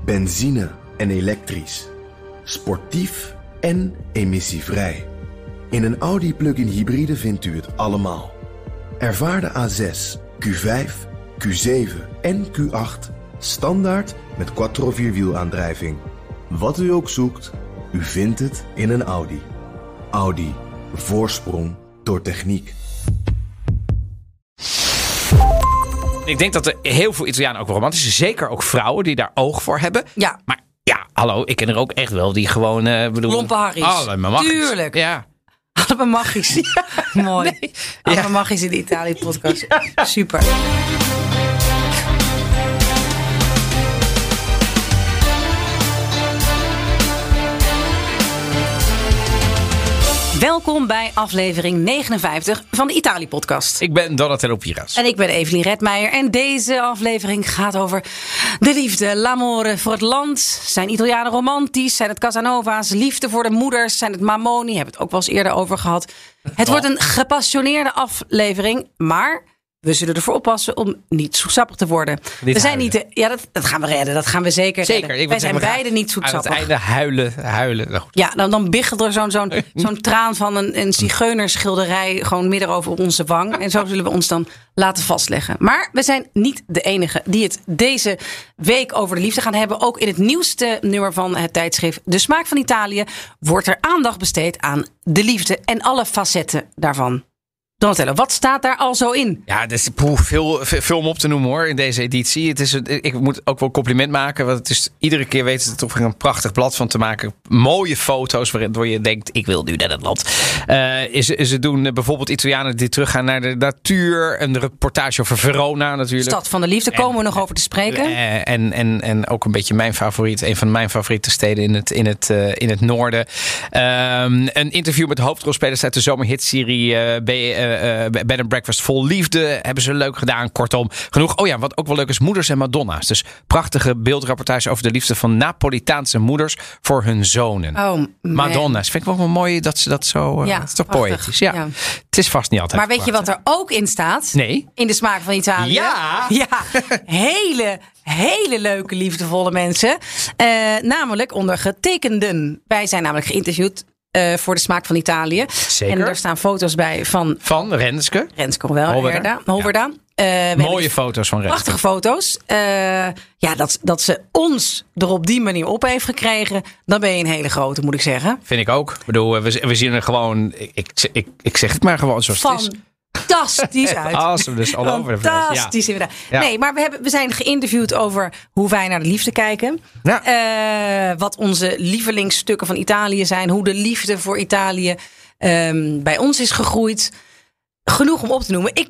Benzine en elektrisch. Sportief en emissievrij. In een Audi plug-in hybride vindt u het allemaal. Ervaar de A6, Q5, Q7 en Q8 standaard met quattro-vierwielaandrijving. Wat u ook zoekt, u vindt het in een Audi. Audi. Voorsprong door techniek. Ik denk dat er heel veel Italianen ook wel romantisch zijn. Zeker ook vrouwen die daar oog voor hebben. Ja. Maar ja, hallo, ik ken er ook echt wel die gewoon... Lompe Harry's. Allemaal magisch. Tuurlijk. Ja. Allemaal magisch. Ja. Mooi. Nee. Allemaal Ja. magisch in de Italië-podcast. Super. Welkom bij aflevering 59 van de Italië-podcast. Ik ben Donatello Piras. En ik ben Evelien Redmeijer. En deze aflevering gaat over de liefde, l'amore voor het land. Zijn Italianen romantisch? Zijn het Casanova's? Liefde voor de moeders? Zijn het Mamoni? Hebben we het ook wel eens eerder over gehad. Het wordt een gepassioneerde aflevering, maar we zullen ervoor oppassen om niet zoetsappig te worden. We zijn niet de, ja, dat gaan we redden. Dat gaan we zeker redden. Wij zijn beide niet zoetsappig. Aan het einde huilen. Nou goed. Ja, dan biggelt er zo'n traan van een zigeunerschilderij gewoon midden over onze wang. En zo zullen we ons dan laten vastleggen. Maar we zijn niet de enige die het deze week over de liefde gaan hebben. Ook in het nieuwste nummer van het tijdschrift De Smaak van Italië wordt er aandacht besteed aan de liefde en alle facetten daarvan. Donatello, wat staat daar al zo in? Ja, er is veel om op te noemen hoor in deze editie. Ik moet ook wel compliment maken. Want het is iedere keer weten ze er toch weer een prachtig blad van te maken. Mooie foto's waardoor je denkt, ik wil nu naar dat land. Ze doen bijvoorbeeld Italianen die teruggaan naar de natuur. Een reportage over Verona natuurlijk. Stad van de liefde, komen we nog over te spreken. En ook een beetje mijn favoriet. Een van mijn favoriete steden in het noorden. Een interview met de hoofdrolspelers uit de zomerhitserie Bed and Breakfast vol liefde. Hebben ze leuk gedaan. Kortom, genoeg. Oh ja, wat ook wel leuk is, moeders en Madonna's. Dus prachtige beeldrapportage over de liefde van Napolitaanse moeders voor hun zonen. Oh, Madonna's. Vind ik wel mooi dat ze dat zo... Ja, dat is toch prachtig. poëtisch. Ja. Het is vast niet altijd Maar weet je wat er ook in staat? Nee. In de Smaak van Italië? Ja. Hele leuke, liefdevolle mensen. Namelijk ondergetekenden. Wij zijn namelijk geïnterviewd voor de Smaak van Italië. Zeker. En daar staan foto's bij van Renske. Renske Ja. Holverda. Mooie foto's van Renske. Prachtige foto's. Dat ze ons er op die manier op heeft gekregen. Dan ben je een hele grote, moet ik zeggen. Vind ik ook. Ik bedoel, we zien er gewoon... Ik zeg het maar gewoon zoals het is. Fantastisch uit. Awesome, dus all over the place. Fantastisch inderdaad. Ja. Nee, maar we zijn geïnterviewd over hoe wij naar de liefde kijken. Ja. Wat onze lievelingsstukken van Italië zijn. Hoe de liefde voor Italië bij ons is gegroeid. Genoeg om op te noemen.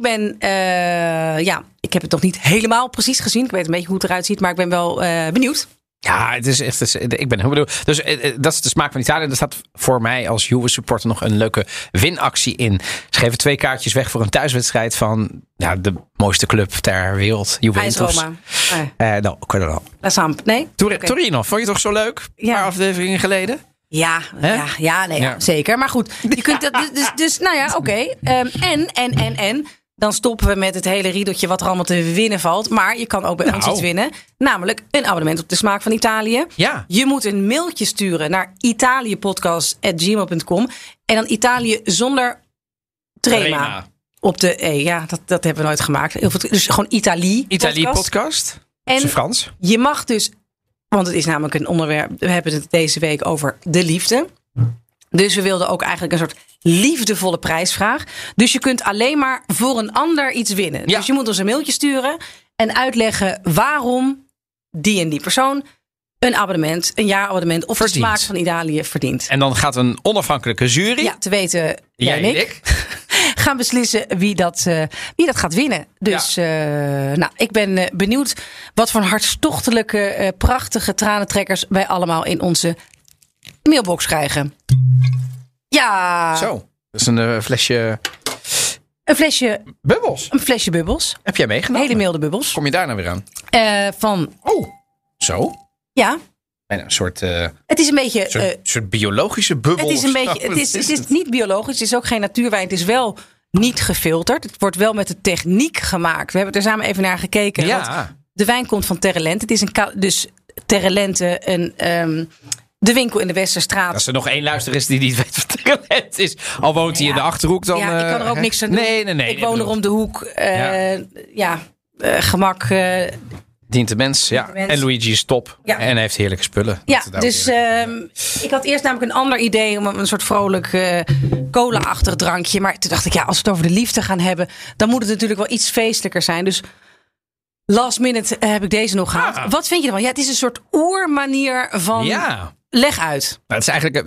Ik heb het nog niet helemaal precies gezien. Ik weet een beetje hoe het eruit ziet. Maar ik ben wel benieuwd. Ja, het is echt. Ik ben heel benieuwd. Dus dat is de Smaak van Italië. Er staat voor mij als Juve supporter nog een leuke winactie in. Ze geven 2 kaartjes weg voor een thuiswedstrijd van de mooiste club ter wereld. Juventus. Roma. La Samp. Nee? Torino. Vond je toch zo leuk? Een paar afleveringen geleden? Ja, zeker. Maar goed, je kunt dat dus nou ja, oké. En dan stoppen we met het hele riedeltje wat er allemaal te winnen valt. Maar je kan ook bij ons iets winnen. Namelijk een abonnement op de Smaak van Italië. Ja. Je moet een mailtje sturen naar italiëpodcast@gmail.com. En dan Italië zonder trema. Op de E. Dat hebben we nooit gemaakt. Heel veel, dus gewoon Italië-podcast. En Frans. Je mag dus, want het is namelijk een onderwerp. We hebben het deze week over de liefde. Dus we wilden ook eigenlijk een soort liefdevolle prijsvraag. Dus je kunt alleen maar voor een ander iets winnen. Ja. Dus je moet ons een mailtje sturen en uitleggen waarom die en die persoon een abonnement, een jaarabonnement of de Smaak van Italië verdient. En dan gaat een onafhankelijke jury, te weten jij en ik, gaan beslissen wie dat gaat winnen. Dus ik ben benieuwd wat voor hartstochtelijke, prachtige tranentrekkers wij allemaal in onze mailbox krijgen. Ja. Zo, dat is een flesje... Een flesje... Bubbels. Een flesje bubbels. Heb jij meegenomen? Hele milde bubbels. Kom je daar nou weer aan? Oh. Zo? Ja. Bijna een soort... Het is een beetje... Een soort biologische bubbel. Het is een beetje... Het is niet biologisch. Het is ook geen natuurwijn. Het is wel niet gefilterd. Het wordt wel met de techniek gemaakt. We hebben er samen even naar gekeken. Ja. De wijn komt van Terrelent. Het is dus Terrelente de winkel in de Westerstraat. Als er nog één luisteraar is die niet weet wat Terrelent is, al woont hij in de Achterhoek, dan... Ja, ik kan er ook niks aan doen. Nee. Ik woon er om de hoek. Gemak... dient de mens, ja. En Luigi is top. Ja. En hij heeft heerlijke spullen. Ja, dus ik had eerst namelijk een ander idee om een soort vrolijk cola-achtig drankje. Maar toen dacht ik, als we het over de liefde gaan hebben, dan moet het natuurlijk wel iets feestelijker zijn. Dus last minute heb ik deze nog gehad. Wat vind je ervan? Ja, het is een soort oermanier van... Ja. Leg uit. Nou, het is eigenlijk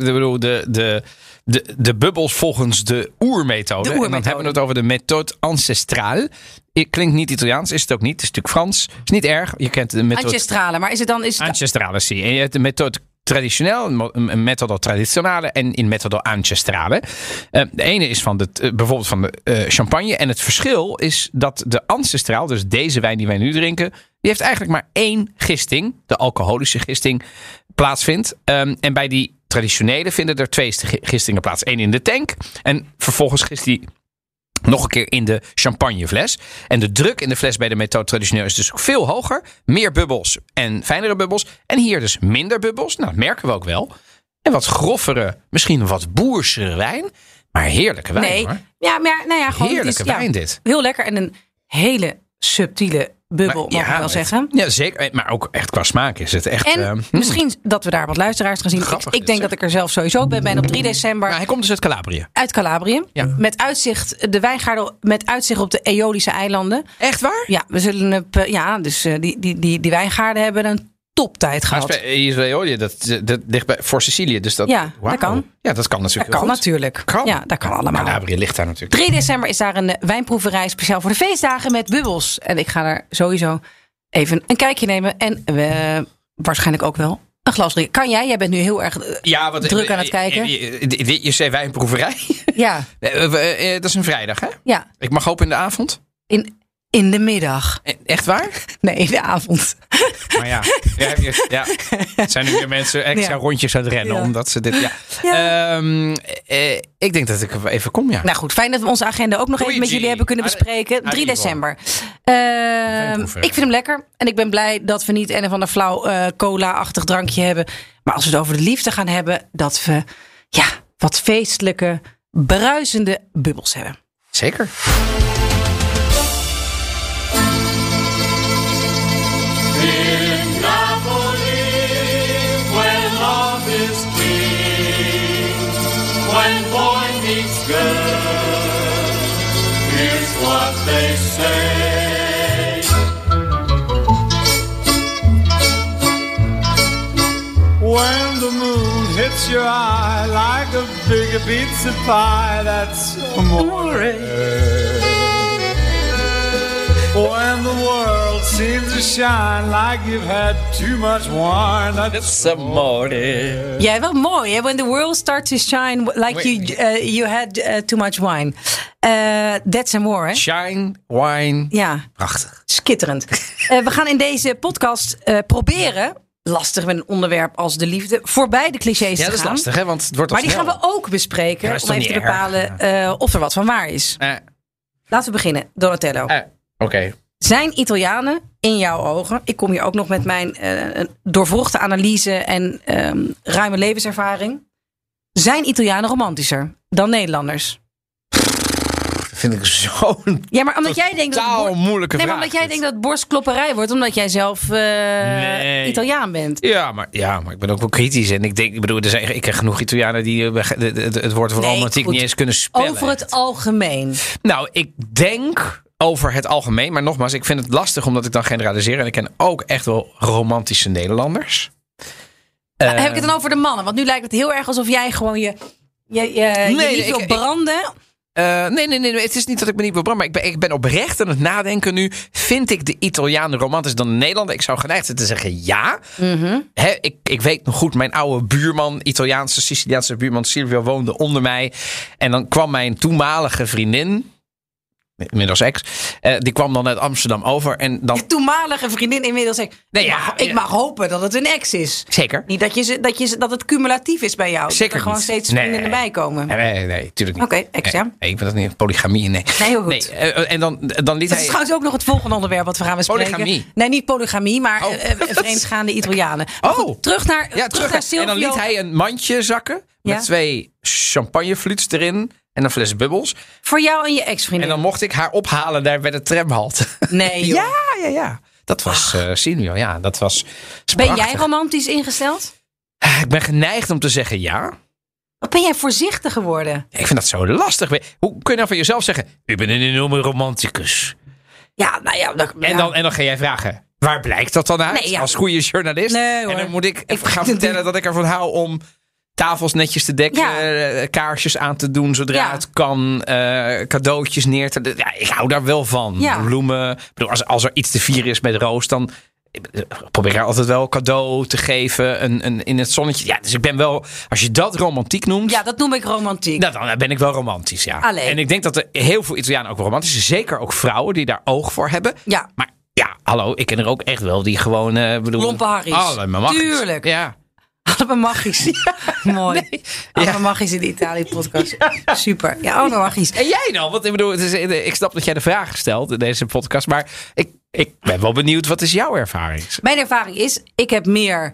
de bubbels volgens de oermethode. En dan hebben we het over de méthode ancestrale. Klinkt niet Italiaans, is het ook niet. Het is natuurlijk Frans. Is niet erg. Je kent de methode... Ancestrale, maar is het dan... Ancestrale, zie. En je hebt de methode traditioneel, een methode traditionale en in methode ancestrale. De ene is van bijvoorbeeld van de champagne. En het verschil is dat de ancestraal, dus deze wijn die wij nu drinken, die heeft eigenlijk maar één gisting, de alcoholische gisting, plaatsvindt. En bij die traditionele vinden er 2 gistingen plaats. 1 in de tank en vervolgens gist die nog een keer in de champagnefles. En de druk in de fles bij de methode traditioneel is dus ook veel hoger. Meer bubbels en fijnere bubbels. En hier dus minder bubbels. Nou, dat merken we ook wel. En wat groffere, misschien wat boersere wijn. Maar heerlijke wijn, hoor. Ja, maar gewoon... Heerlijke wijn dit. Heel lekker en een hele subtiele bubbel, mag ik wel zeggen. Ja, zeker. Maar ook echt qua smaak is het echt... En misschien dat we daar wat luisteraars gaan zien. Ik denk dat ik er zelf sowieso ben op 3 december. Nou, hij komt dus uit Calabrië. Uit Calabrië. Ja. Met uitzicht, de wijngaarden met uitzicht op de Eolische eilanden. Echt waar? Ja, we zullen dus die wijngaarden hebben een toptijd gehad. Israël, dat ligt voor Sicilië. Dus dat, dat kan. Ja, dat kan natuurlijk. Dat kan natuurlijk. Ja, dat kan allemaal. Calabrië ligt daar natuurlijk. 3 december is daar een wijnproeverij speciaal voor de feestdagen met bubbels. En ik ga daar sowieso even een kijkje nemen. En waarschijnlijk ook wel een glas drinken. Kan jij? Jij bent nu heel erg druk aan het kijken. Je zei wijnproeverij? Ja. Dat is een vrijdag, hè? Ja. Ik mag hopen in de avond? In de middag. Echt waar? Nee, in de avond. Maar ja. Het zijn nu weer mensen extra rondjes aan het rennen. Omdat ze dit... ik denk dat ik even kom, ja. Nou goed, fijn dat we onze agenda ook nog even met jullie hebben kunnen bespreken. 3 december. Ik vind hem lekker. En ik ben blij dat we niet een of ander flauw cola-achtig drankje hebben. Maar als we het over de liefde gaan hebben, dat we wat feestelijke, bruisende bubbels hebben. Zeker. In Napoli, when love is king, when boy meets girl, here's what they say. When the moon hits your eye like a big pizza pie, that's amore. When the world seems to shine like you've had too much wine, that's amore. Ja, wel mooi. Hè? When the world starts to shine like you had too much wine. That's amore. Hè? Shine, wine. Ja. Prachtig. Schitterend. We gaan in deze podcast proberen, lastig met een onderwerp als de liefde, voorbij de clichés te gaan. Ja, dat is lastig, hè? Want het wordt al maar die gaan we ook bespreken om even te bepalen of er wat van waar is. Laten we beginnen, Donatello. Oké. Zijn Italianen in jouw ogen, ik kom hier ook nog met mijn doorvrochte analyse en ruime levenservaring, zijn Italianen romantischer dan Nederlanders? Dat vind ik zo'n maar omdat jij denkt dat moeilijke vraag. Maar omdat jij denkt dat het borstklopperij wordt, omdat jij zelf Italiaan bent. Ja, maar ik ben ook wel kritisch. En ik ken genoeg Italianen die het woord voor romantiek niet eens kunnen spellen. Over het algemeen. Nou, ik denk over het algemeen. Maar nogmaals, ik vind het lastig omdat ik dan generaliseer. En ik ken ook echt wel romantische Nederlanders. Heb ik het dan over de mannen? Want nu lijkt het heel erg alsof jij gewoon je niet wil branden. Nee. Het is niet dat ik me niet wil branden. Maar ik ben oprecht aan het nadenken nu. Vind ik de Italianen romantisch dan de Nederlander? Ik zou geneigd zijn te zeggen ja. Mm-hmm. Ik weet nog goed, mijn oude buurman, Italiaanse, Siciliaanse buurman Silvio woonde onder mij. En dan kwam mijn toenmalige vriendin, inmiddels ex, die kwam dan uit Amsterdam over. En dan... Je toenmalige vriendin inmiddels ex. Nee, ik mag hopen dat het een ex is. Zeker. Niet dat het cumulatief is bij jou. Zeker dat er gewoon niet. steeds vrienden erbij komen. Nee, tuurlijk niet. Oké, ex, ja. Nee, ik vind dat niet polygamie, nee. Nee, heel goed. Nee, en dan liet Dat hij... is trouwens ook nog het volgende onderwerp wat we gaan bespreken. Polygamie. Nee, niet polygamie, maar vreemdgaande Italianen. Maar goed, terug naar Silvio. En dan liet hij een mandje zakken met 2 champagnefluits erin en een fles bubbels. Voor jou en je ex-vriendin. En dan mocht ik haar ophalen daar bij de tramhalte. Nee, joh. Ja. Dat was Silvio, ja. Dat was Ben jij romantisch ingesteld? Ik ben geneigd om te zeggen ja. Wat ben jij voorzichtig geworden? Ik vind dat zo lastig. Hoe kun je nou van jezelf zeggen, ik ben een enorme romanticus? Ja, nou ja. En dan ga jij vragen, waar blijkt dat dan uit? Als goede journalist? Nee, hoor. En dan moet ik gaan vertellen dat ik ervan hou om tafels netjes te dekken, kaarsjes aan te doen zodra het kan, cadeautjes neer te... Ja, ik hou daar wel van. Ja. Bloemen. Ik bedoel, als er iets te vieren is met Roos, dan probeer ik haar altijd wel cadeau te geven in het zonnetje. Ja, dus ik ben wel, als je dat romantiek noemt... Ja, dat noem ik romantiek. Nou, dan ben ik wel romantisch, ja. Alleen. En ik denk dat er heel veel Italianen ook wel romantisch zijn. Zeker ook vrouwen die daar oog voor hebben. Ja. Maar ja, hallo, ik ken er ook echt wel die gewoon... Lompe Harry's. Allemaal magisch. Tuurlijk. Ja. Allemaal magisch. Mooi. Nee. Allemaal magisch in de Italië-podcast. Super. Ja, allemaal magisch. En jij dan? Want ik bedoel, ik snap dat jij de vraag stelt in deze podcast. Maar ik ben wel benieuwd, wat is jouw ervaring? Mijn ervaring is, ik heb meer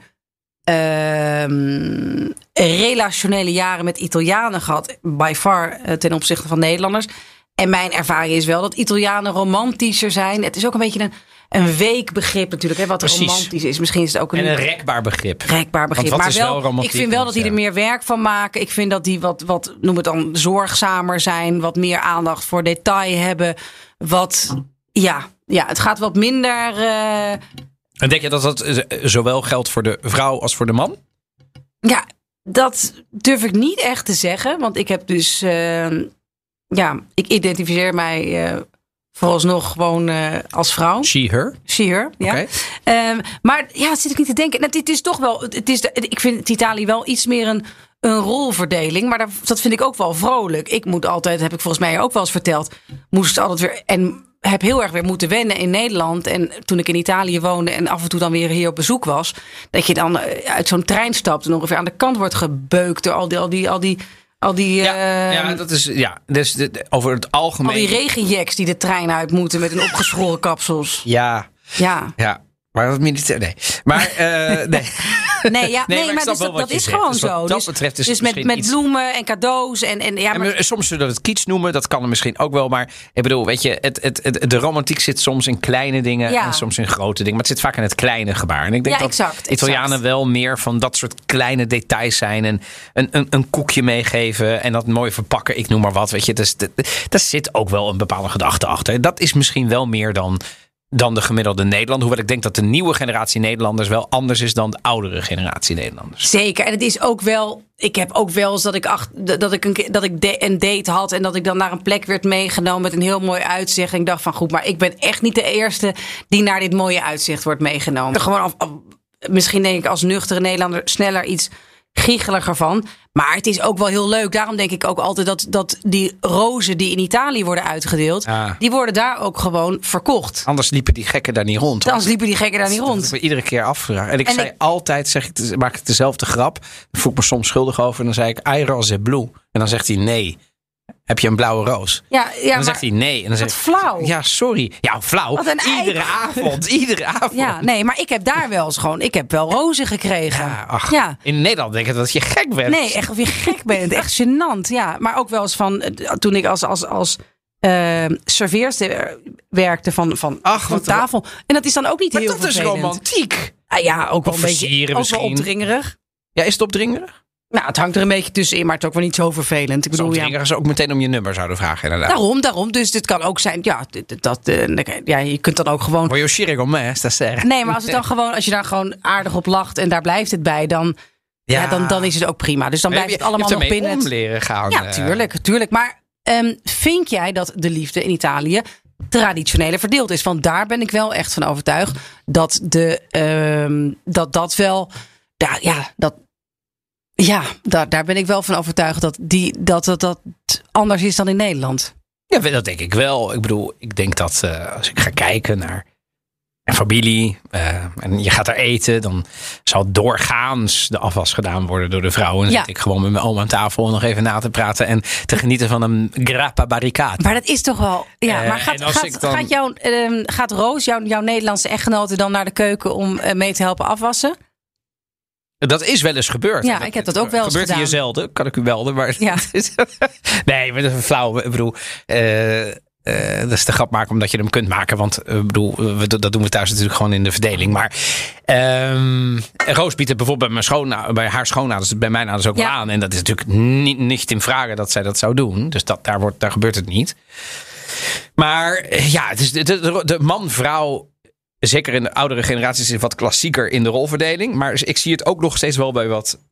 relationele jaren met Italianen gehad. By far ten opzichte van Nederlanders. En mijn ervaring is wel dat Italianen romantischer zijn. Het is ook een beetje een week begrip natuurlijk. Hè, wat romantisch is. Misschien is het ook een rekbaar begrip. Rekbaar begrip. Maar wel, ik vind wel dat die er meer werk van maken. Ik vind dat die wat noem het dan, zorgzamer zijn. Wat meer aandacht voor detail hebben. Het gaat wat minder... En denk je dat zowel geldt voor de vrouw als voor de man? Ja, dat durf ik niet echt te zeggen. Want ik heb dus... ik identificeer mij vooralsnog gewoon als vrouw. She, her, ja. Okay. Maar ja, zit ik niet te denken. Nou, dit is toch wel... ik vind het Italië wel iets meer een rolverdeling. Maar dat vind ik ook wel vrolijk. Ik moet altijd, heb ik volgens mij ook wel eens verteld... moest altijd weer... En heb heel erg weer moeten wennen in Nederland. En toen ik in Italië woonde en af en toe dan weer hier op bezoek was... dat je dan uit zo'n trein stapt en ongeveer aan de kant wordt gebeukt... door al die dat is dus over het algemeen. Al die regenjeks die de trein uit moeten met hun opgeschoren kapsels. Ja. Maar dat militair. Nee. Maar nee. Nee, maar dat is gewoon dus zo. Dat betreft is dus met bloemen en cadeaus. En soms zullen we het kitsch noemen, dat kan er misschien ook wel. Maar ik bedoel, weet je, de romantiek zit soms in kleine dingen en soms in grote dingen. Maar het zit vaak in het kleine gebaar. En ik denk dat Italianen wel meer van dat soort kleine details zijn. En een koekje meegeven en dat mooi verpakken. Ik noem maar wat, weet je. Dus, daar zit ook wel een bepaalde gedachte achter. Dat is misschien wel meer dan de gemiddelde Nederlander. Hoewel ik denk dat de nieuwe generatie Nederlanders wel anders is dan de oudere generatie Nederlanders. Zeker. En het is ook wel... Ik heb ook wel eens dat ik een date had en dat ik dan naar een plek werd meegenomen met een heel mooi uitzicht. En ik dacht van goed, maar ik ben echt niet de eerste die naar dit mooie uitzicht wordt meegenomen. Gewoon misschien denk ik als nuchtere Nederlander sneller iets giecheliger van. Maar het is ook wel heel leuk. Daarom denk ik ook altijd dat die rozen die in Italië worden uitgedeeld... die worden daar ook gewoon verkocht. Anders liepen die gekken daar niet rond. Dat heb ik iedere keer afgevraagd. En ik zei altijd, maak ik dezelfde grap. Dan voel ik me soms schuldig over. En dan zei ik, ai rose blu. En dan zegt hij, nee. Heb je een blauwe roos? Ja, dan zegt hij nee. En dan zegt flauw. Ja, sorry. Ja, flauw. Iedere avond. Ja, nee, maar ik heb daar wel eens ik heb wel rozen gekregen. Ja, in Nederland denk ik dat je gek bent. Nee, echt of je gek bent. Echt gênant. Ja, maar ook wel eens van toen ik als serveerster werkte van tafel. En dat is dan ook niet heel vervelend. Maar dat is romantiek. Ja, ook wel een beetje. Ook wel opdringerig. Ja, is het opdringerig? Nou, het hangt er een beetje tussenin, maar het is ook wel niet zo vervelend. Ik bedoel, ze ook meteen om je nummer zouden vragen, inderdaad. Daarom. Dus dit kan ook zijn, je kunt dan ook gewoon... Nee, maar als je daar gewoon aardig op lacht en daar blijft het bij, dan is het ook prima. Dus dan blijft het allemaal nog binnen. Om leren gaan. Ja, tuurlijk. Maar vind jij dat de liefde in Italië traditionele verdeeld is? Want daar ben ik wel echt van overtuigd dat dat wel... daar ben ik wel van overtuigd dat anders is dan in Nederland. Ja, dat denk ik wel. Ik bedoel, ik denk dat als ik ga kijken naar een familie en je gaat daar eten, dan zal doorgaans de afwas gedaan worden door de vrouw. En dan zit ik gewoon met mijn oom aan tafel nog even na te praten en te genieten van een grappa barricata. Maar dat is toch wel... Ja, maar gaat Roos, jouw Nederlandse echtgenote, dan naar de keuken om mee te helpen afwassen? Dat is wel eens gebeurd. Ja, ik heb dat ook wel eens gedaan. Gebeurt hier zelden, kan ik u melden. Maar nee, maar dat is een flauw. Ik bedoel, dat is de grap maken omdat je hem kunt maken. Want dat doen we thuis natuurlijk gewoon in de verdeling. Maar Roos biedt het bijvoorbeeld bij haar schoonouders, bij mijn ouders ook wel aan. En dat is natuurlijk niet in vragen dat zij dat zou doen. Dus daar gebeurt het niet. Maar ja, het is de man-vrouw... Zeker in de oudere generaties is het wat klassieker in de rolverdeling. Maar ik zie het ook nog steeds wel bij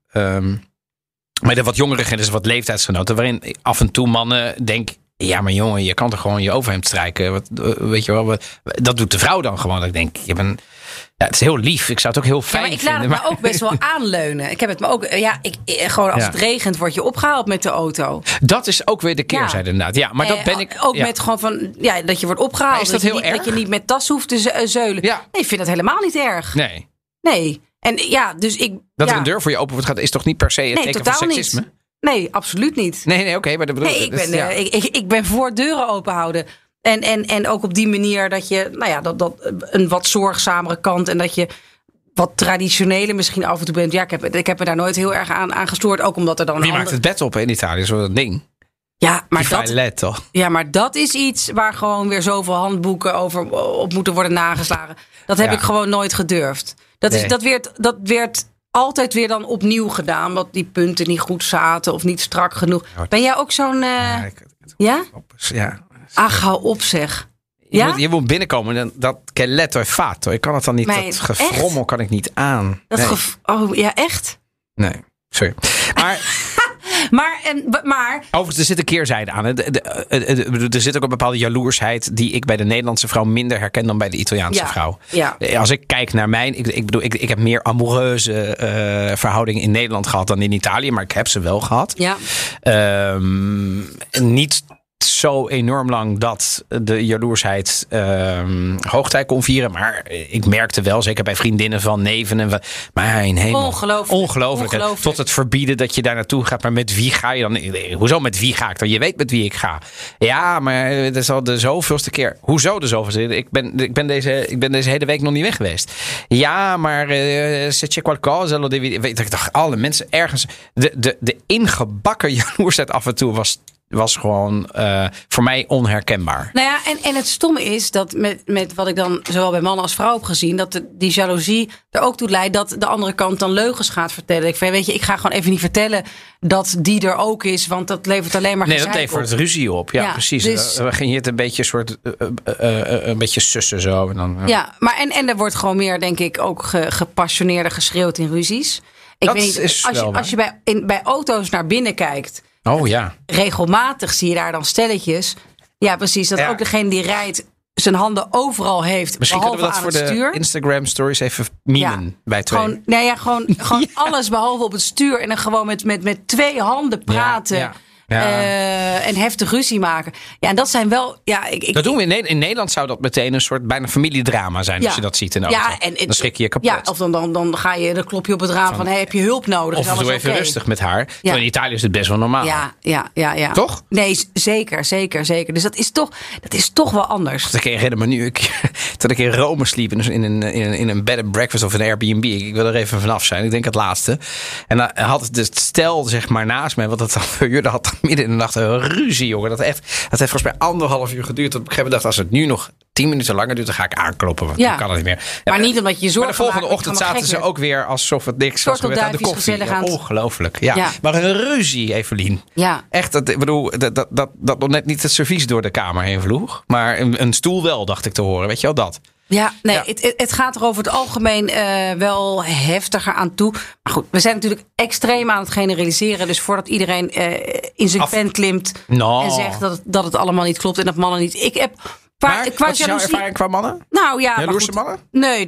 de wat jongere generaties, wat leeftijdsgenoten. Waarin af en toe mannen denken... Ja, maar jongen, je kan toch gewoon je overhemd strijken. Weet je wel, dat doet de vrouw dan gewoon. Dat ik denk, het is heel lief. Ik zou het ook heel fijn vinden. Ik laat het me ook best wel aanleunen. Ik heb het me ook... gewoon als het regent word je opgehaald met de auto. Dat is ook weer de keerzijde inderdaad. Ja, maar dat ben ik... Ook met gewoon van... Ja, dat je wordt opgehaald. Is dat heel erg? Dat je niet met tas hoeft te zeulen. Ja. Nee, ik vind dat helemaal niet erg. Nee. En ja, dus ik... Dat er een deur voor je open wordt gaat is toch niet per se het teken van seksisme? Niet. Nee, absoluut niet. Nee, oké. Maar dat bedoel ik ben voor deuren open houden. En ook op die manier dat je, dat een wat zorgzamere kant en dat je wat traditionele misschien af en toe bent. Ja, ik heb me daar nooit heel erg aan gestoord. Ook omdat er dan. Wie maakt het bed op in Italië? Zo'n ding. Ja, maar toch? Ja, maar dat is iets waar gewoon weer zoveel handboeken over op moeten worden nageslagen. Dat heb ik gewoon nooit gedurfd. Dat werd altijd weer dan opnieuw gedaan. Want die punten niet goed zaten of niet strak genoeg. Ben jij ook zo'n... Ja? Ach, hou op zeg. Je moet binnenkomen en dat che letto è fatto. Ik kan het dan niet, dat gefrommel kan ik niet aan. Oh, ja, echt? Nee, sorry. Maar overigens, er zit een keerzijde aan. Er zit ook een bepaalde jaloersheid die ik bij de Nederlandse vrouw minder herken dan bij de Italiaanse vrouw. Ja. Als ik kijk naar ik heb meer amoureuze verhoudingen in Nederland gehad dan in Italië, maar ik heb ze wel gehad. Ja. Niet zo enorm lang dat de jaloersheid hoogtij kon vieren. Maar ik merkte wel, zeker bij vriendinnen van neven en mijn hemel. Ongelooflijk. Tot het verbieden dat je daar naartoe gaat. Maar met wie ga je dan? Hoezo met wie ga ik dan? Je weet met wie ik ga. Ja, maar het is al de zoveelste keer. Hoezo de zoveelste? Ik ben deze hele week nog niet weg geweest. Ja, maar se c'è qualcosa. Ik dacht, alle mensen ergens. De ingebakken jaloersheid af en toe was gewoon voor mij onherkenbaar. Nou ja, en het stomme is dat met wat ik dan zowel bij mannen als vrouw heb gezien, dat die jaloezie er ook toe leidt dat de andere kant dan leugens gaat vertellen. Ik ga gewoon even niet vertellen dat die er ook is, want dat levert alleen maar gezeik op. Nee, dat levert ruzie op. Ja, precies. Dus, dan ging je het een beetje een beetje sussen zo. En dan, ja, maar en er wordt gewoon meer, denk ik, ook gepassioneerder geschreeuwd in ruzies. Ik weet niet, als je bij auto's naar binnen kijkt. Oh ja. Regelmatig zie je daar dan stelletjes. Ja, precies. Dat ook degene die rijdt zijn handen overal heeft. Misschien kunnen we dat voor de Instagram stories even memen bij twee. Gewoon alles behalve op het stuur. En dan gewoon met twee handen praten. Ja. En heftig ruzie maken. Ja, en dat zijn wel... dat doen we in Nederland zou dat meteen een soort bijna familiedrama zijn. Als je dat ziet in de auto. En dan schrik je je kapot. Ja, of dan ga je, dan klop je op het raam van heb je hulp nodig? Of doe even rustig met haar. Ja. In Italië is het best wel normaal. Ja. Toch? Nee, zeker. Dus dat is toch wel anders. Ik herinner me nu dat ik in Rome sliep in een bed and breakfast of een Airbnb. Ik wil er even vanaf zijn. Ik denk het laatste. En dan had het stel zeg maar naast mij, want dat had midden in de nacht een ruzie, jongen. Dat heeft volgens mij 1,5 uur geduurd. Tot op een gegeven moment dacht, als het nu nog 10 minuten langer duurt, dan ga ik aankloppen. Want dan kan het niet meer. Maar niet omdat je zorgen Maar de volgende ochtend zaten ze ook weer alsof het niks was gebeurd aan de koffie. Ongelooflijk. Ja. Maar een ruzie, Evelien. Ja. Echt, ik bedoel, dat nog net niet het servies door de kamer heen vloog. Maar een stoel wel, dacht ik te horen. Weet je wel dat? Ja, het gaat er over het algemeen wel heftiger aan toe. Maar goed, we zijn natuurlijk extreem aan het generaliseren. Dus voordat iedereen in zijn pen klimt en zegt dat het allemaal niet klopt en dat mannen niet... Ik heb... Wat is jouw ervaring qua mannen? Nou ja, jaloerse mannen? Nee,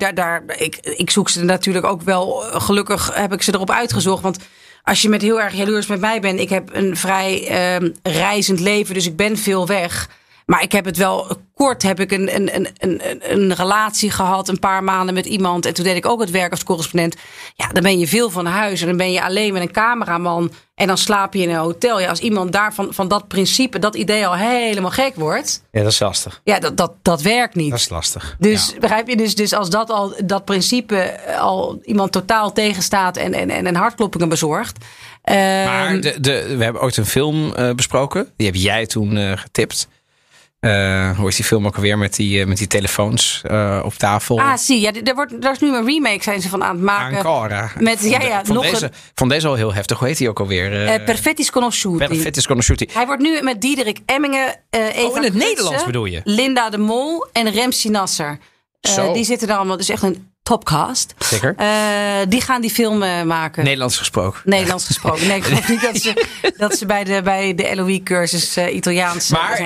ik zoek ze natuurlijk ook wel. Gelukkig heb ik ze erop uitgezocht. Want als je heel erg jaloers met mij bent... Ik heb een vrij reizend leven, dus ik ben veel weg. Maar ik heb het wel kort een relatie gehad, een paar maanden met iemand. En toen deed ik ook het werk als correspondent. Ja, dan ben je veel van huis en dan ben je alleen met een cameraman. En dan slaap je in een hotel. Ja, als iemand daarvan van dat principe, dat idee al helemaal gek wordt. Ja, dat is lastig. Ja, dat werkt niet. Dat is lastig. Dus begrijp je, dus als dat principe al iemand totaal tegenstaat en hartkloppingen bezorgt. Maar we hebben ooit een film besproken. Die heb jij toen getipt. Hoe is die film ook alweer met die telefoons op tafel? Zie, ja, daar is nu een remake zijn ze van aan het maken. Ancora. Van deze al heel heftig. Hoe heet die ook alweer? Perfetti Sconosciuti. Perfetti Sconosciuti. Hij wordt nu met Diederik Emmingen, Eva in het Gutsen, Nederlands bedoel je? Linda de Mol en Remsi Nasser. Die zitten daar allemaal. Dus echt een topcast. Zeker. Die gaan die film maken. Nederlands gesproken. Nee, ik geloof niet dat ze bij de LOE-cursus Italiaans. Maar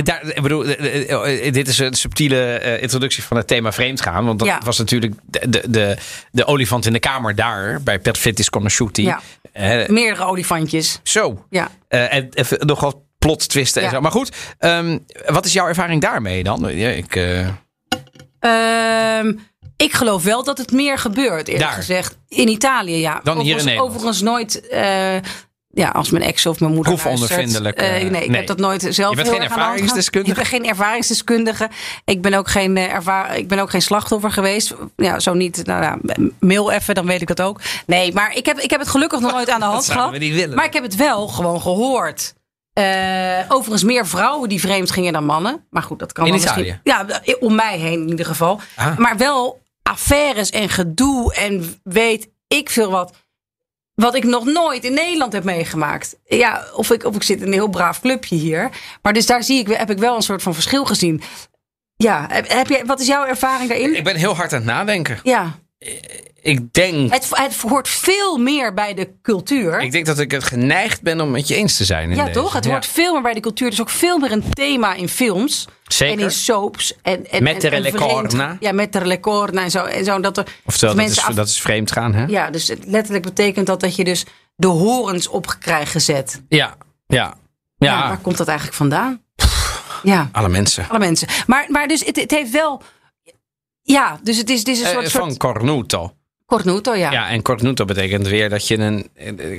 dit is een subtiele introductie van het thema vreemdgaan. Want dat was natuurlijk de olifant in de kamer daar bij Perfetti Sconosciuti. Ja. Meerdere olifantjes. Zo. Ja. En nogal plot twisten en zo. Maar goed, wat is jouw ervaring daarmee dan? Ik geloof wel dat het meer gebeurt, eerlijk gezegd. In Italië, ja. Dan hier in Nederland. Overigens nooit... als mijn ex of mijn moeder proefondervindelijk. Nee, ik heb dat nooit zelf. Je bent geen ervaringsdeskundige? Ik ben geen ervaringsdeskundige. Ik ben ook geen slachtoffer geweest. Ja, zo niet. Mail even, dan weet ik dat ook. Nee, maar ik heb het gelukkig nog nooit aan de hand gehad. Maar ik heb het wel gewoon gehoord. Overigens meer vrouwen die vreemd gingen dan mannen. Maar goed, dat kan in wel Italië? Ja, om mij heen in ieder geval. Maar wel affaires en gedoe en weet ik veel wat ik nog nooit in Nederland heb meegemaakt. Ja, of ik zit in een heel braaf clubje hier. Maar dus daar heb ik wel een soort van verschil gezien. Ja, wat is jouw ervaring daarin? Ik ben heel hard aan het nadenken. Ja. Ik denk... Het hoort veel meer bij de cultuur. Ik denk dat ik het geneigd ben om met je eens te zijn. Ja, toch? Het hoort veel meer bij de cultuur. Er is ook veel meer een thema in films. Zeker. En in soaps. Mettere le corna. Ja, mettere le corna en zo. Oftewel, dat is vreemd gaan, hè? Ja, dus het letterlijk betekent dat je dus de horens op krijgt gezet. Ja. Waar komt dat eigenlijk vandaan? Ja. Alle mensen. Maar dus het heeft wel... Ja, dus het is een soort... Van cornuto. Cornuto, ja. Ja, en cornuto betekent weer dat je een...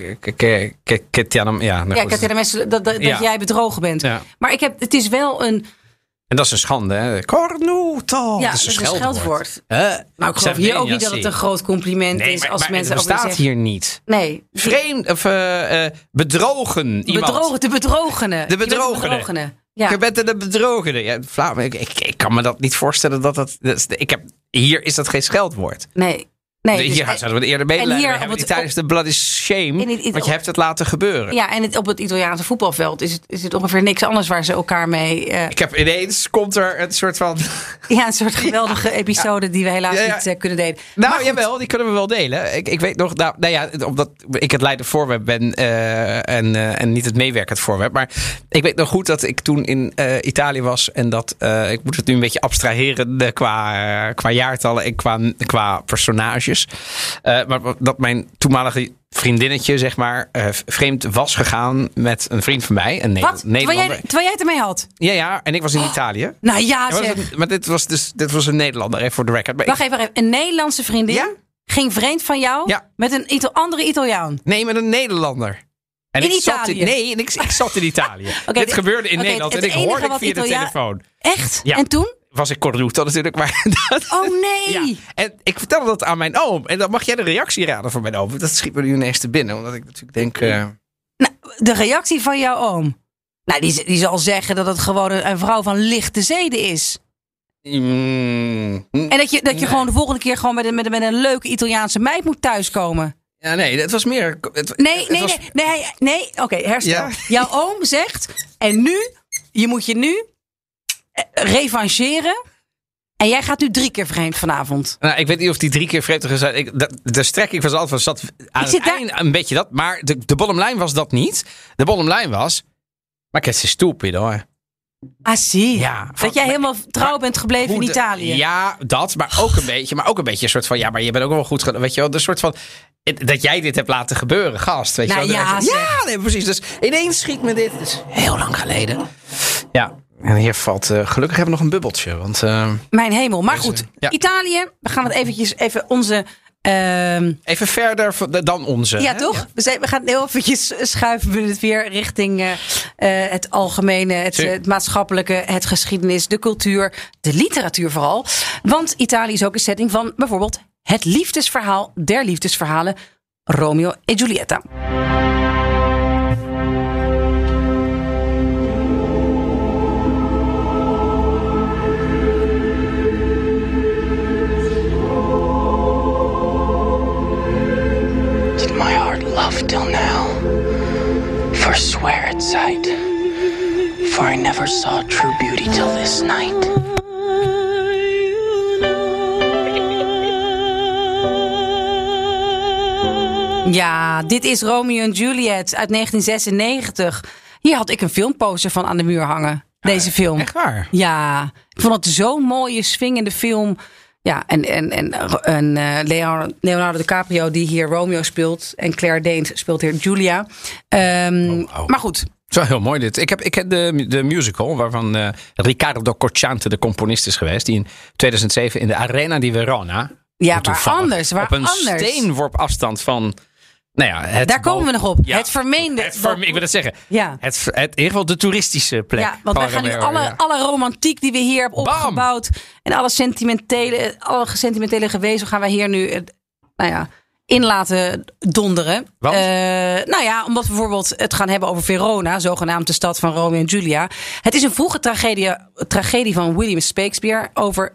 dat jij bedrogen bent. Ja. Maar het is wel een... En dat is een schande, hè? Cornuto. Ja, dat is een scheldwoord. Nou, ik geloof hier ook niet dat het een groot compliment is. Als mensen het bestaat hier niet. Nee. Vreemd, of bedrogen iemand. De bedrogene. De bedrogene. Ja. Je bent de bedrogene. Ja, ik kan me dat niet voorstellen dat hier is dat geen scheldwoord. Nee. Hier zouden we het eerder medelijden hebben. Tijdens de bloody shame. Want je hebt het laten gebeuren. Ja, en op het Italiaanse voetbalveld is het ongeveer niks anders waar ze elkaar mee... Ineens komt er een soort van... Ja, een soort geweldige episode die we helaas niet kunnen delen. Nou, jawel, die kunnen we wel delen. Ik weet nog, omdat ik het leidend voorwerp ben en niet het meewerkend voorwerp. Maar ik weet nog goed dat ik toen in Italië was en dat, ik moet het nu een beetje abstraheren qua jaartallen en qua personages. Maar dat mijn toenmalige vriendinnetje, zeg maar, vreemd was gegaan met een vriend van mij. Een Nederlander. Terwijl jij het ermee had? Ja, en ik was in Italië. Nou ja, zeg. Maar dit was een Nederlander, even voor de record. Wacht even. Een Nederlandse vriendin ging vreemd van jou met een andere Italiaan? Nee, met een Nederlander. En in Italië? Ik zat in Italië. Dit gebeurde in Nederland en ik hoorde het via de telefoon. Echt? Ja. En toen? Was ik cornuto natuurlijk. Maar oh nee! Ja. En ik vertelde dat aan mijn oom. En dan mag jij de reactie raden van mijn oom. Dat schiet me nu ineens te binnen. Omdat ik natuurlijk denk... Nou, de reactie van jouw oom? Nou, die zal zeggen dat het gewoon een vrouw van lichte zeden is. En dat je gewoon de volgende keer gewoon met een leuke Italiaanse meid moet thuiskomen. Ja, nee, het was meer... Nee. Oké, herstel. Ja. Jouw oom zegt... En nu, je moet je nu revancheren. En jij gaat nu 3 keer vreemd vanavond. Nou, ik weet niet of die 3 keer vreemd zijn. De strekking van z'n allen zat aan het eind een beetje dat. Maar de bottom line was dat niet. De bottom line was... Maar het is stupid hoor. Zie. Ja, dat jij helemaal trouw bent gebleven in Italië. Ja, dat. Maar ook een beetje. Maar ook een beetje een soort van... Ja, maar je bent ook wel goed... Weet je wel, de soort van... Dat jij dit hebt laten gebeuren, gast. Weet je wel? Ja, nee, precies. Dus ineens schiet me dit. Het is heel lang geleden. Ja. En hier valt... gelukkig hebben we nog een bubbeltje. Want, Mijn hemel. Maar goed, Italië. We gaan het even onze... even verder dan onze. Ja, hè? toch? Ja. We gaan heel eventjes schuiven we het weer richting het algemene, het maatschappelijke, het geschiedenis, de cultuur, de literatuur vooral. Want Italië is ook een setting van bijvoorbeeld het liefdesverhaal der liefdesverhalen Romeo en Giulietta. Till now, forswear its sight, for I never saw true beauty till this night. Ja, dit is Romeo en Juliet uit 1996. Hier had ik een filmposter van aan de muur hangen. Deze film. Echt waar? Ja, ik vond het zo'n mooie, swingende film. Ja, en Leonardo DiCaprio die hier Romeo speelt. En Claire Danes speelt hier Julia. Maar goed. Het is wel heel mooi dit. Ik heb de musical waarvan Riccardo Cocciante de componist is geweest. Die in 2007 in de Arena di Verona. Ja, waar anders? Op een steenworp afstand van... Nou ja, daar komen we nog op. Ja, het vermeende. Ik wil het zeggen. Ja. Het in ieder geval de toeristische plek. Ja, want wij gaan nu alle romantiek die we hier hebben opgebouwd. En alle sentimentele gewezen gaan wij hier nu in laten donderen. Want? Omdat we bijvoorbeeld het gaan hebben over Verona. Zogenaamd de stad van Romeo en Julia. Het is een vroege tragedie van William Shakespeare over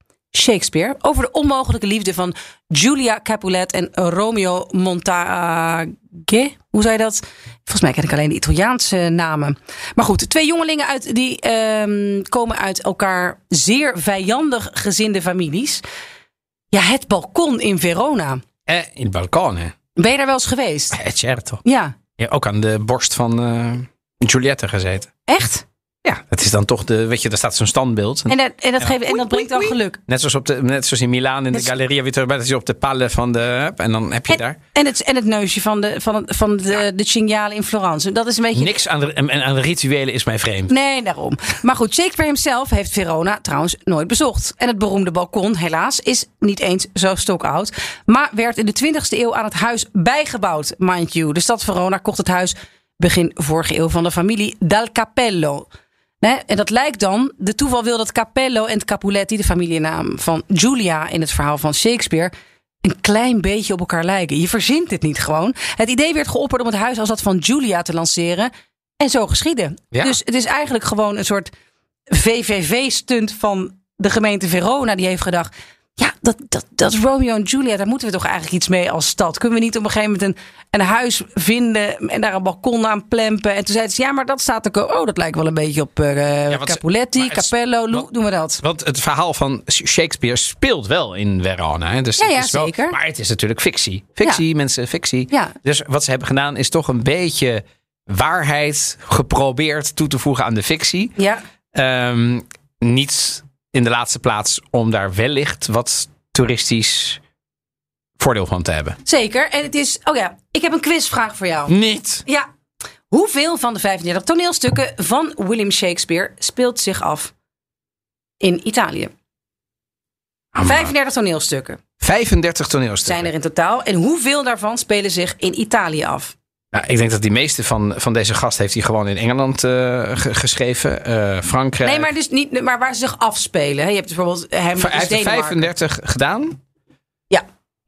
de onmogelijke liefde van Julia Capulet en Romeo Montague. Hoe zei je dat? Volgens mij ken ik alleen de Italiaanse namen. Maar goed, 2 jongelingen die komen uit elkaar zeer vijandig gezinde families. Ja, het balkon in Verona. In het balkon, hè? Ben je daar wel eens geweest? Certo. Ja. Ja, ook aan de borst van Giulietta gezeten. Echt? Ja, het is dan toch daar staat zo'n standbeeld. En dat brengt dan geluk. Net zoals in Milaan in de Galleria Vittorio, dat is op de pallen van de... En dan heb je daar... En het neusje van de Cinghiale in Florence. Dat is een beetje... Niks aan de rituelen is mij vreemd. Nee, daarom. Maar goed, Shakespeare himself heeft Verona trouwens nooit bezocht. En het beroemde balkon, helaas, is niet eens zo stokoud. Maar werd in de 20e eeuw aan het huis bijgebouwd, mind you. De stad Verona kocht het huis begin vorige eeuw van de familie Dal Cappello. Nee, en dat lijkt dan, de toeval wil dat Capello en Capuletti, de familienaam van Julia in het verhaal van Shakespeare, een klein beetje op elkaar lijken. Je verzint dit niet gewoon. Het idee werd geopperd om het huis als dat van Julia te lanceren. En zo geschiedde. Ja. Dus het is eigenlijk gewoon een soort VVV-stunt van de gemeente Verona. Die heeft gedacht, ja, dat Romeo en Juliet, daar moeten we toch eigenlijk iets mee als stad. Kunnen we niet op een gegeven moment een huis vinden en daar een balkon aan plempen? En toen zeiden ze, ja, maar dat staat er. Oh, dat lijkt wel een beetje op Capuletti, Capello. Doen we dat? Want het verhaal van Shakespeare speelt wel in Verona. Hè? Dus ja, het is wel, zeker. Maar het is natuurlijk fictie. Fictie, mensen, fictie. Ja. Dus wat ze hebben gedaan is toch een beetje waarheid geprobeerd toe te voegen aan de fictie. Ja. Niet in de laatste plaats om daar wellicht wat toeristisch voordeel van te hebben. Zeker. En het is... Oh ja, ik heb een quizvraag voor jou. Niet. Ja. Hoeveel van de 35 toneelstukken van William Shakespeare speelt zich af in Italië? 35 toneelstukken. 35 toneelstukken. Zijn er in totaal. En hoeveel daarvan spelen zich in Italië af? Nou, ik denk dat die meeste van deze gast heeft hij gewoon in Engeland geschreven. Frankrijk. Nee, maar dus niet, maar waar ze zich afspelen. Je hebt bijvoorbeeld hem hij heeft er 35 gedaan. Ja.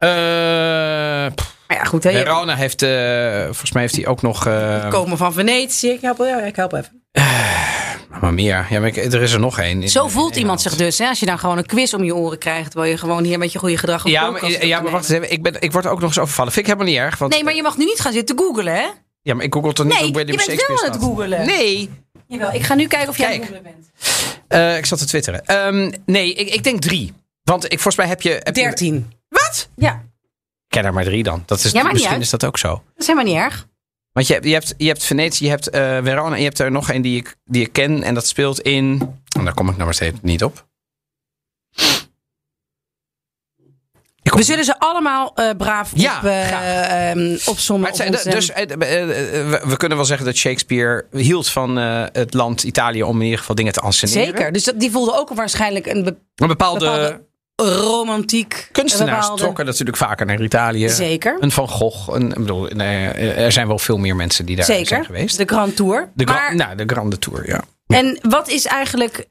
Maar ja, goed. Verona heeft, volgens mij heeft hij ook nog... Komen van Venetië. Ik help even. Maar meer. Ja, maar er is er nog één. Zo voelt iemand zich dus. Hè? Als je dan gewoon een quiz om je oren krijgt. Terwijl je gewoon hier met je goede gedrag... maar wacht eens even. Ik word ook nog eens overvallen. Vind ik helemaal niet erg. Want... Nee, maar je mag nu niet gaan zitten googlen, hè? Ja, maar ik google toch niet op William Shakespeare. Nee, je bent wel aan het googlen. Nee. Jawel, ik ga nu kijken of jij aan het googlen bent. Ik zat te twitteren. Nee, ik denk 3. Want volgens mij heb je... 13. Wat? Ja. Ik ken er maar 3 dan. Dat is, misschien is dat ook zo. Dat is helemaal niet erg. Want je hebt Venetië, je hebt Verona en je hebt er nog één die ik ken. En dat speelt in... En daar kom ik nou maar steeds niet op. Ik We zullen ze allemaal braaf opzommen. We kunnen wel zeggen dat Shakespeare hield van het land Italië om in ieder geval dingen te anseneren. Zeker, dus die voelde ook waarschijnlijk een bepaalde romantiek. Kunstenaars trokken natuurlijk vaker naar Italië. Zeker. Een Van Gogh. Er zijn wel veel meer mensen die daar zijn geweest. De Grand Tour. De Grande Tour, ja. En wat is eigenlijk,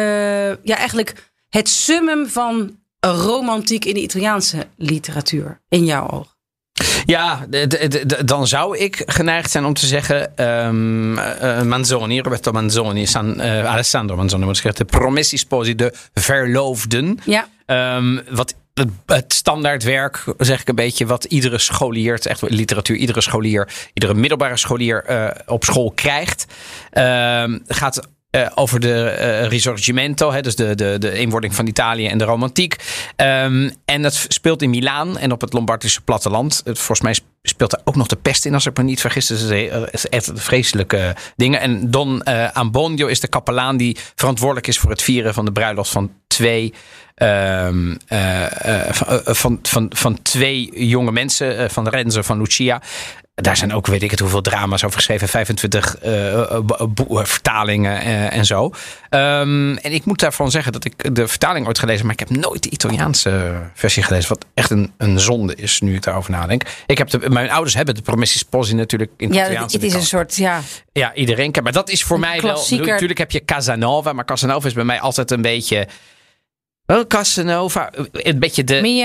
het summum van romantiek in de Italiaanse literatuur, in jouw oog? Ja, dan zou ik geneigd zijn om te zeggen Manzoni, Roberto Manzoni, Alessandro Manzoni, moet ik zeggen, de Promessi Sposi, de verloofden. Ja. Wat het standaardwerk, zeg ik een beetje, wat iedere scholier, het is echt literatuur, iedere middelbare scholier op school krijgt, gaat over de Risorgimento, dus de eenwording van Italië en de romantiek. En dat speelt in Milaan en op het Lombardische platteland. Volgens mij speelt er ook nog de pest in, als ik me niet vergis. Dus het is echt vreselijke dingen. En Don Ambonio is de kapelaan die verantwoordelijk is voor het vieren van de bruiloft van twee jonge mensen, van Renzo, van Lucia. Daar zijn ook, weet ik het, hoeveel drama's over geschreven. 25 vertalingen en zo. En ik moet daarvan zeggen dat ik de vertaling ooit gelezen, maar ik heb nooit de Italiaanse versie gelezen. Wat echt een zonde is, nu ik daarover nadenk. Mijn ouders hebben de Promessi Sposi natuurlijk in het Italiaans. Het is een soort, ja, iedereen kent. Maar dat is voor mij klassieker. Wel. Natuurlijk heb je Casanova, maar Casanova is bij mij altijd een beetje. Wel, Casanova, een beetje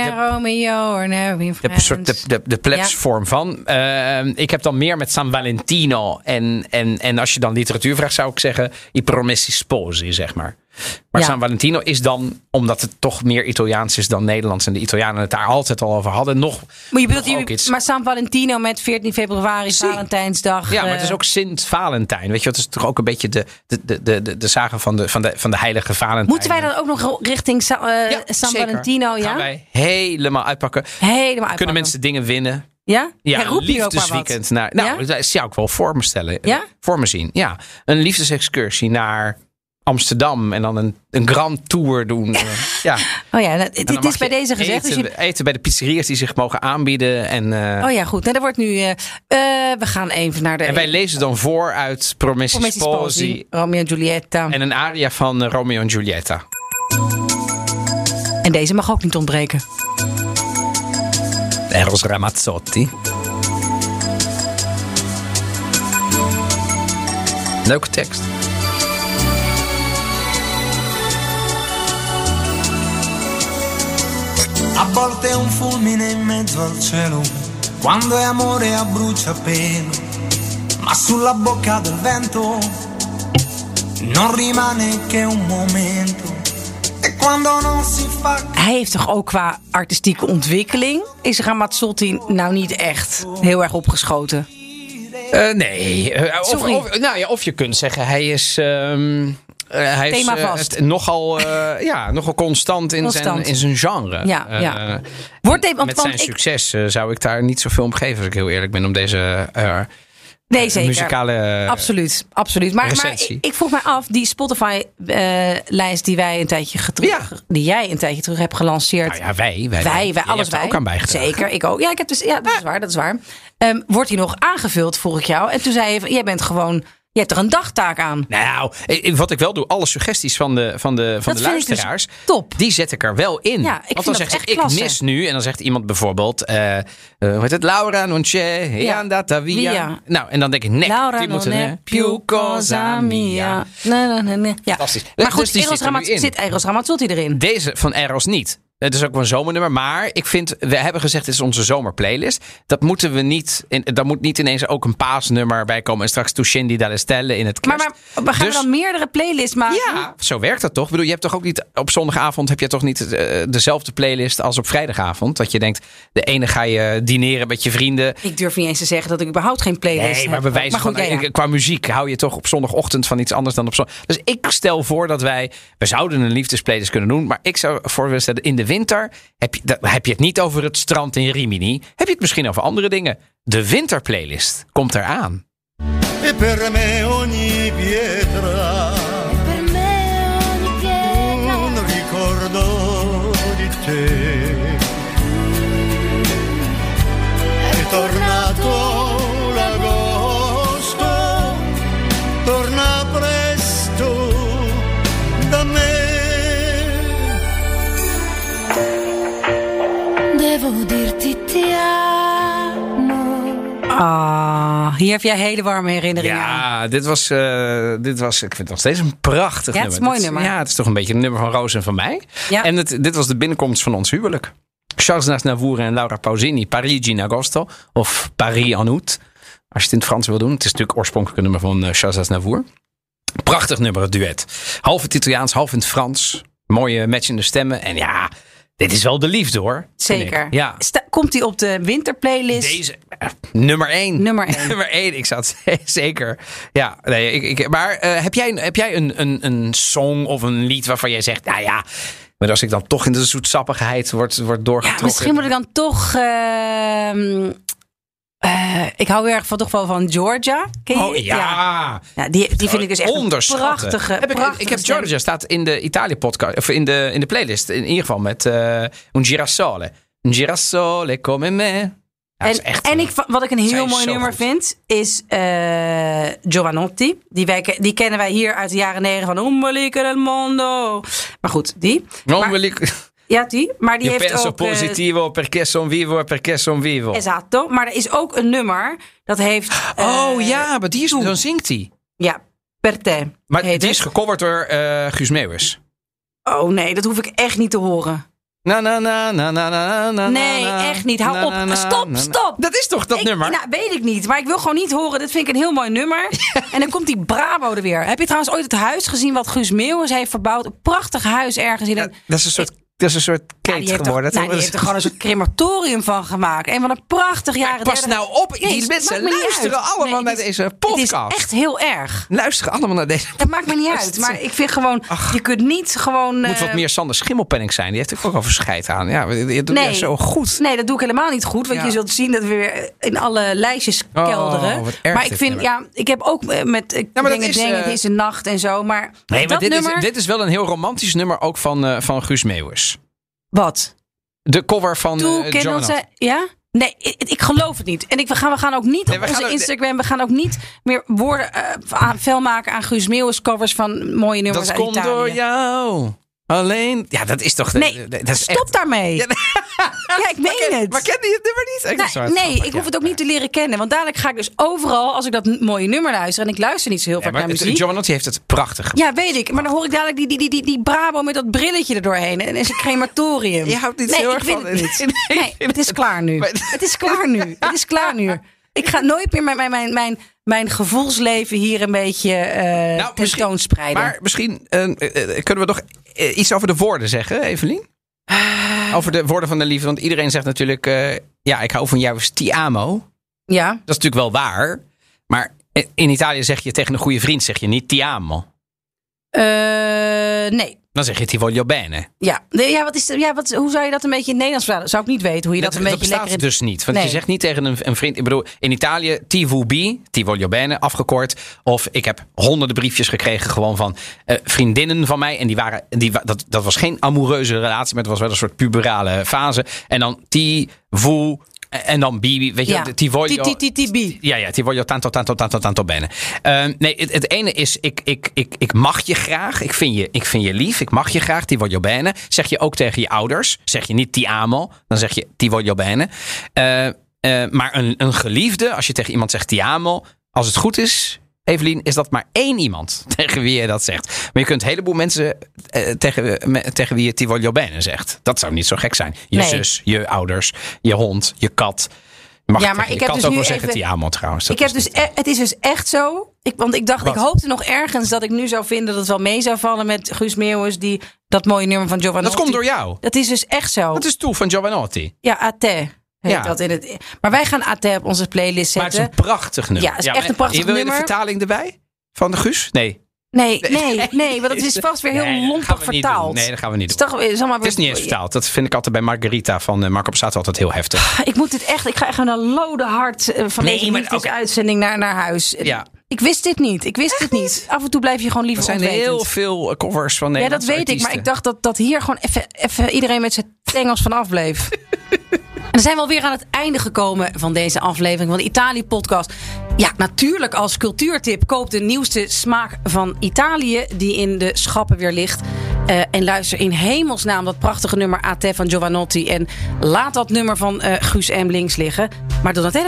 de plebsvorm van. Ik heb dan meer met San Valentino. En als je dan literatuur vraagt, zou ik zeggen I Promessi Sposi, zeg maar. Maar San Valentino is dan, omdat het toch meer Italiaans is dan Nederlands en de Italianen het daar altijd al over hadden, Maar je bedoelt maar San Valentino met 14 februari, Valentijnsdag. Ja, maar het is ook Sint Valentijn. Weet je, het is toch ook een beetje de saga van de heilige Valentijn. Moeten wij dan ook nog richting San Valentino? Ja, gaan wij helemaal uitpakken. Kunnen mensen dingen winnen? Ja? Ja, liefdesweekend. Dat zou ik wel voor me stellen. Ja? Voor me zien. Ja, een liefdesexcursie naar Amsterdam en dan een grand tour doen. Ja. Oh ja, dit is bij deze gezegd. Eten bij de pizzeria's die zich mogen aanbieden. Oh ja, goed. Er wordt nu. We gaan even naar de. En wij lezen dan voor uit Promessi Sposi, Romeo en Giulietta. En een aria van Romeo en Giulietta. En deze mag ook niet ontbreken. Eros Ramazzotti. Leuke tekst. A volte è un fulmine in mezzo al cielo, quando è amore a bruciapelo, ma sulla bocca del vento non rimane che un momento. E quando non si fa. Hij heeft toch ook qua artistieke ontwikkeling, is Ramazzotti nou niet echt heel erg opgeschoten? Nee. Of je kunt zeggen, hij is. Hij is nogal constant in zijn genre. Ja. Met zijn succes zou ik daar niet zoveel om geven, als ik heel eerlijk ben, om deze zeker. muzikale absoluut. Maar ik vroeg mij af, die Spotify-lijst die jij een tijdje terug hebt gelanceerd. Nou ja, wij alles wij. Ook aan bijgedragen. Zeker, ik ook. Ja, dat is waar. Wordt die nog aangevuld, vroeg ik jou. En toen zei je, jij bent gewoon. Je hebt er een dagtaak aan. Nou, wat ik wel doe, alle suggesties van de luisteraars, dus top. Die zet ik er wel in. Ja, want dan zeg ik mis nu. En dan zegt iemand bijvoorbeeld, hoe heet het? Laura non c'è, è andata via. Nou, en dan denk ik, nee, Laura die moeten non è più cosa mia. Nee. Ja. Fantastisch. Maar goed, zit Eros Ramazzotti erin? Deze van Eros niet. Het is ook wel een zomernummer. Maar ik vind, we hebben gezegd, dit is onze zomerplaylist. Dat moeten we niet. Daar moet niet ineens ook een paasnummer bij komen. En straks Tu scendi dalle stelle in het kerst. Maar gaan we dan meerdere playlists maken? Ja, zo werkt dat toch? Ik bedoel, je hebt toch ook niet op zondagavond heb je toch niet dezelfde playlist als op vrijdagavond? Dat je denkt, de ene ga je dineren met je vrienden. Ik durf niet eens te zeggen dat ik überhaupt geen playlist heb. Maar bewijs van, qua muziek hou je toch op zondagochtend van iets anders dan op zondag. Dus ik stel voor dat we zouden een liefdesplaylist kunnen doen. Maar ik zou voor willen stellen, in de winter heb je het niet over het strand in Rimini. Heb je het misschien over andere dingen. De winterplaylist komt eraan. E per me ogni pietra un ricordo di te. Hier heb jij hele warme herinneringen aan. Ja, dit was, ik vind het nog steeds een prachtig nummer. Het is een mooi nummer. Ja, het is toch een beetje een nummer van Roos en van mij. Ja. En dit was de binnenkomst van ons huwelijk. Charles Aznavour en Laura Pausini, Parigi in agosto. Of Paris en août, als je het in het Frans wil doen. Het is natuurlijk oorspronkelijk een nummer van Charles Aznavour. Prachtig nummer, het duet. Half in het Italiaans, half in het Frans. Mooie matchende stemmen. En ja, dit is wel de liefde hoor. Zeker. Ja. Komt hij op de winterplaylist? Deze, nummer 1. Nummer 1. Nummer 1, ik zou het zeker. Ja, nee, maar heb jij een song of een lied waarvan jij zegt, nou ja, maar als ik dan toch in de zoetsappigheid wordt doorgetrokken. Ja, misschien moet ik dan toch... ik hou erg van Georgia. Ken je? Oh ja. Ja, die vind ik dus echt een prachtige. Ik heb Georgia staat in de Italië podcast of in de playlist in ieder geval met Un girasole come me. Ja, wat ik een heel mooi nummer vind is Giovanotti. Die kennen wij hier uit de jaren 9 van Umbilico del Mondo. Maar goed, die. Ja, die. Maar die heeft penso ook... positivo perché son vivo e perché son vivo. Esatto. Maar er is ook een nummer dat heeft... maar die is, dan zingt hij. Ja, Per te. Maar die is gecoverd door Guus Meeuwis. Oh nee, dat hoef ik echt niet te horen. Nee, echt niet. Hou op. Stop. Dat is toch dat nummer? Nou, weet ik niet. Maar ik wil gewoon niet horen. Dit vind ik een heel mooi nummer. En dan komt die Bravo er weer. Heb je trouwens ooit het huis gezien wat Guus Meeuwis heeft verbouwd? Een prachtig huis ergens in een... Dat is een soort kate geworden. Die heeft er gewoon een soort crematorium van gemaakt. En van een prachtig jaren. Pas nou op. Die mensen luisteren allemaal naar deze podcast. Het is echt heel erg. Luisteren allemaal naar deze podcast. Dat maakt me niet uit. Maar ik vind gewoon, je kunt niet gewoon... moet wat meer Sander Schimmelpenninck zijn. Die heeft ook al verschijt aan. Ja, je doet het zo goed. Nee, dat doe ik helemaal niet goed. Want je zult zien dat we weer in alle lijstjes kelderen. Maar ik vind, ik heb ook met het is een nacht en zo. Maar dit is wel een heel romantisch nummer ook van Guus Meeuwis. Wat? De cover van John. Ja? Nee, ik geloof het niet. En we gaan ook niet op onze Instagram... We gaan ook niet meer woorden vuil maken aan Guus Meeuwis covers van mooie nummers uit Italië. Dat komt door jou. Alleen... Ja, dat is toch... Stop daarmee. Ja, ik meen het. Maar kende je het nummer niet? Ik hoef het ook niet te leren kennen. Want dadelijk ga ik dus overal, als ik dat mooie nummer luister... en ik luister niet zo heel vaak naar muziek. Giovanotti heeft het prachtig. Ja, weet ik. Maar dan hoor ik dadelijk die Bravo met dat brilletje erdoorheen. En is een crematorium. Je houdt niet heel erg van... Nee, het is klaar nu. Het is klaar nu. Ik ga nooit meer mijn gevoelsleven hier een beetje tentoonspreiden. Maar misschien kunnen we toch iets over de woorden zeggen, Evelien? Over de woorden van de liefde. Want iedereen zegt natuurlijk... ik hou van jou, is ti amo. Ja. Dat is natuurlijk wel waar. Maar in Italië zeg je tegen een goede vriend... zeg je niet ti amo. Nee. Dan zeg je ti voglio bene. Ja. Hoe zou je dat een beetje in het Nederlands vertalen? Zou ik niet weten hoe je dat een beetje lekker... Dat bestaat dus niet. Want je zegt niet tegen een vriend... Ik bedoel, in Italië, ti vubi, ti voglio bene, afgekort. Of ik heb honderden briefjes gekregen gewoon van vriendinnen van mij. En dat was geen amoureuze relatie, maar het was wel een soort puberale fase. En dan ti vu... En dan Bibi, weet je, ti voglio... Ja, ti voglio tanto bene. Nee, het ene is, ik mag je graag. Ik vind je lief. Ik mag je graag, ti voglio bene. Zeg je ook tegen je ouders. Zeg je niet ti amo, dan zeg je ti voglio bene. Maar een geliefde, als je tegen iemand zegt ti amo, als het goed is... Evelien, is dat maar één iemand tegen wie je dat zegt. Maar je kunt een heleboel mensen tegen wie je ti voglio bene zegt. Dat zou niet zo gek zijn. Je zus, je ouders, je hond, je kat. Mag maar ik heb dus ook wel zeggen ti amo trouwens. Het is dus echt zo. Want ik dacht, ik hoopte nog ergens dat ik nu zou vinden dat het wel mee zou vallen met Guus Meeuwis, dat mooie nummer van Giovanotti. Dat komt door jou. Dat is dus echt zo. Dat is toe van Giovanotti. Ja, A te. Maar wij gaan A te op onze playlist zetten. Maar het is een prachtig nummer. Ja, het is echt een prachtig nummer. Wil je de vertaling erbij? Van de Guus? Nee, want het is vast weer heel lompig vertaald. Nee, dat gaan we niet doen. Het is niet eens vertaald. Dat vind ik altijd bij Margarita van Marco Borsato altijd heel heftig. Ik ga echt een lode hart van deze liefdesuitzending naar huis. Ja. Ik wist dit niet. Af en toe blijf je gewoon liever onwetend. Er zijn heel veel covers van Nederlandse artiesten. Ja, dat weet ik. Maar ik dacht dat hier gewoon even iedereen met zijn tengels vanaf bleef. En dan zijn we alweer aan het einde gekomen van deze aflevering van de Italië-podcast. Ja, natuurlijk als cultuurtip koop de nieuwste smaak van Italië die in de schappen weer ligt. En luister in hemelsnaam dat prachtige nummer A te van Giovanotti. En laat dat nummer van Guus M. links liggen. Maar Donatello,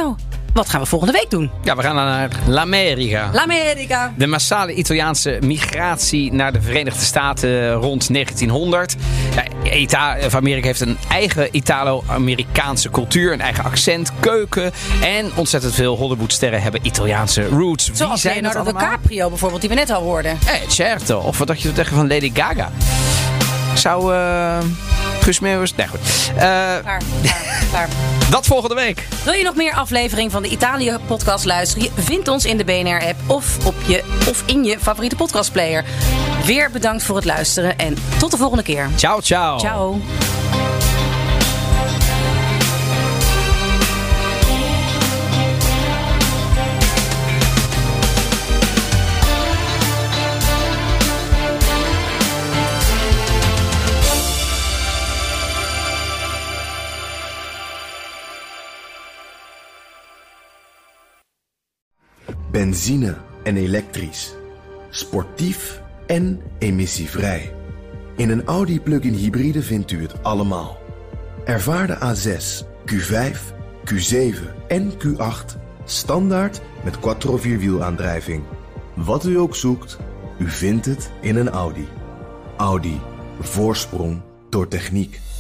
wat gaan we volgende week doen? Ja, we gaan naar L'America. L'America. De massale Italiaanse migratie naar de Verenigde Staten rond 1900. Amerika heeft een eigen Italo-Amerikaanse cultuur, een eigen accent, keuken en ontzettend veel Hollywoodsterren hebben Italiaanse roots. Zoals Leonardo DiCaprio bijvoorbeeld, die we net al hoorden. Certo. Of wat dacht je tegen van Lady Gaga? Zou Guus Meeuwis... Nee, goed. Klaar. Dat volgende week. Wil je nog meer aflevering van de Italië-podcast luisteren? Je vindt ons in de BNR-app of in je favoriete podcastplayer. Weer bedankt voor het luisteren en tot de volgende keer. Ciao, ciao. Ciao. Benzine en elektrisch. Sportief en emissievrij. In een Audi plug-in hybride vindt u het allemaal. Ervaar de A6, Q5, Q7 en Q8 standaard met quattro-vierwielaandrijving. Wat u ook zoekt, u vindt het in een Audi. Audi. Voorsprong door techniek.